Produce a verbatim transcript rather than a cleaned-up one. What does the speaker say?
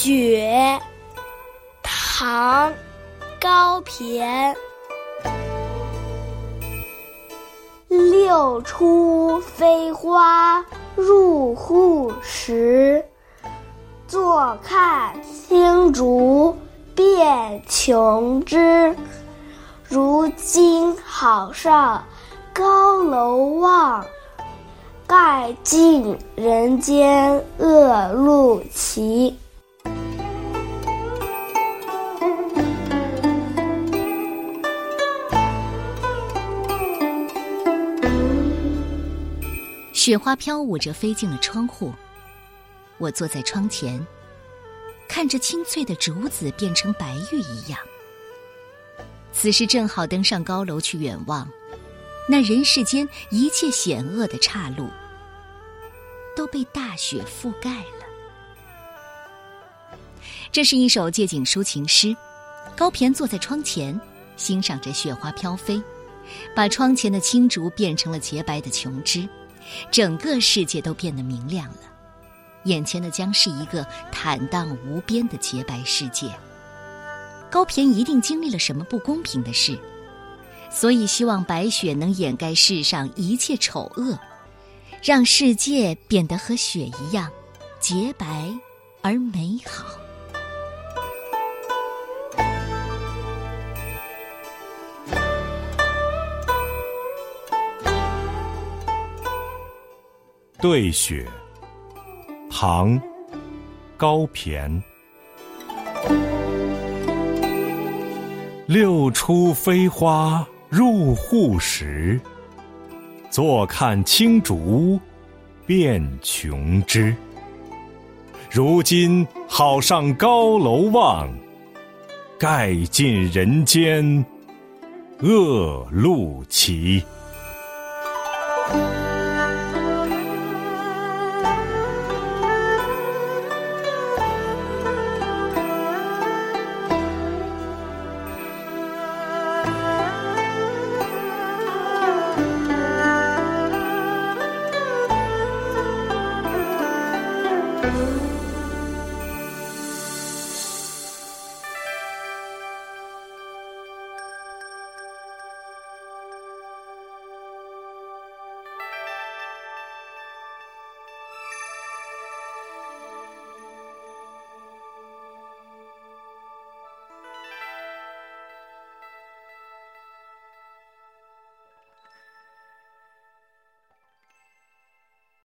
雪，唐·高骈。六出飞花入户时，坐看青竹变琼枝。如今好上高楼望，盖尽人间恶路奇。 雪花飘舞着飞进了窗户，我坐在窗前，看着清脆的竹子变成白玉一样。此时正好登上高楼去远望，那人世间一切险恶的岔路都被大雪覆盖了。这是一首借景抒情诗，高骈坐在窗前，欣赏着雪花飘飞，把窗前的青竹变成了洁白的琼枝，整个世界都变得明亮了，眼前的将是一个坦荡无边的洁白世界。高骈一定经历了什么不公平的事，所以希望白雪能掩盖世上一切丑恶，让世界变得和雪一样洁白而美好。 对雪，唐·高骈。六出飞花入户时，坐看青竹变琼枝。如今好上高楼望，盖尽人间恶路奇。